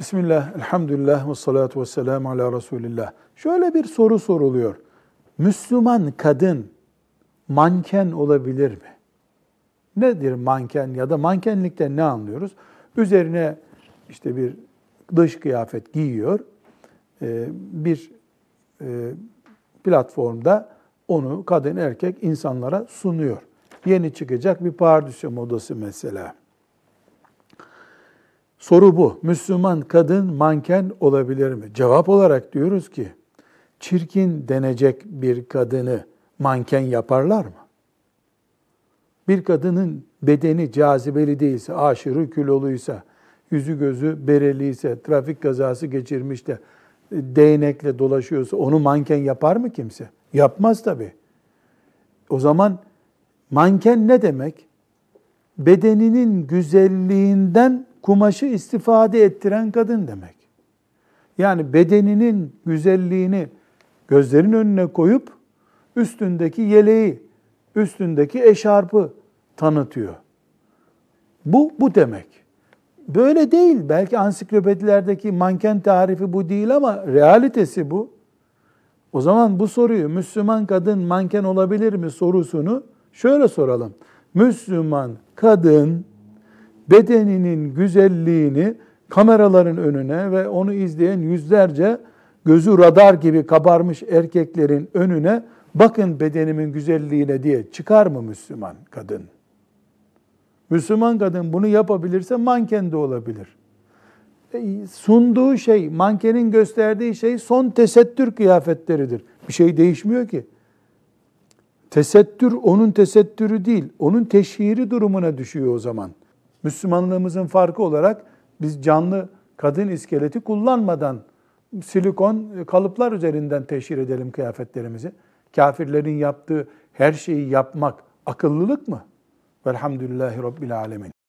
Bismillah, elhamdülillah ve salatu ve selamu ala Resulillah. Şöyle bir soru soruluyor. Müslüman kadın manken olabilir mi? Nedir manken ya da mankenlikten ne anlıyoruz? Üzerine işte bir dış kıyafet giyiyor. Bir platformda onu kadın erkek insanlara sunuyor. Yeni çıkacak bir pardösü modası mesela. Soru bu. Müslüman kadın manken olabilir mi? Cevap olarak diyoruz ki, çirkin denecek bir kadını manken yaparlar mı? Bir kadının bedeni cazibeli değilse, aşırı kiloluysa, yüzü gözü bereliyse, trafik kazası geçirmiş de değnekle dolaşıyorsa onu manken yapar mı kimse? Yapmaz tabii. O zaman manken ne demek? Bedeninin güzelliğinden kumaşı istifade ettiren kadın demek. Yani bedeninin güzelliğini gözlerin önüne koyup üstündeki yeleği, üstündeki eşarpı tanıtıyor. Bu demek. Böyle değil. Belki ansiklopedilerdeki manken tarifi bu değil ama realitesi bu. O zaman bu soruyu Müslüman kadın manken olabilir mi sorusunu şöyle soralım. Müslüman kadın bedeninin güzelliğini kameraların önüne ve onu izleyen yüzlerce gözü radar gibi kabarmış erkeklerin önüne bakın bedenimin güzelliğine diye çıkar mı Müslüman kadın? Müslüman kadın bunu yapabilirse manken de olabilir. Sunduğu şey, mankenin gösterdiği şey son tesettür kıyafetleridir. Bir şey değişmiyor ki. Tesettür onun tesettürü değil, onun teşhiri durumuna düşüyor o zaman. Müslümanlığımızın farkı olarak biz canlı kadın iskeleti kullanmadan silikon kalıplar üzerinden teşhir edelim kıyafetlerimizi. Kafirlerin yaptığı her şeyi yapmak akıllılık mı? Velhamdülillahi Rabbil Alemin.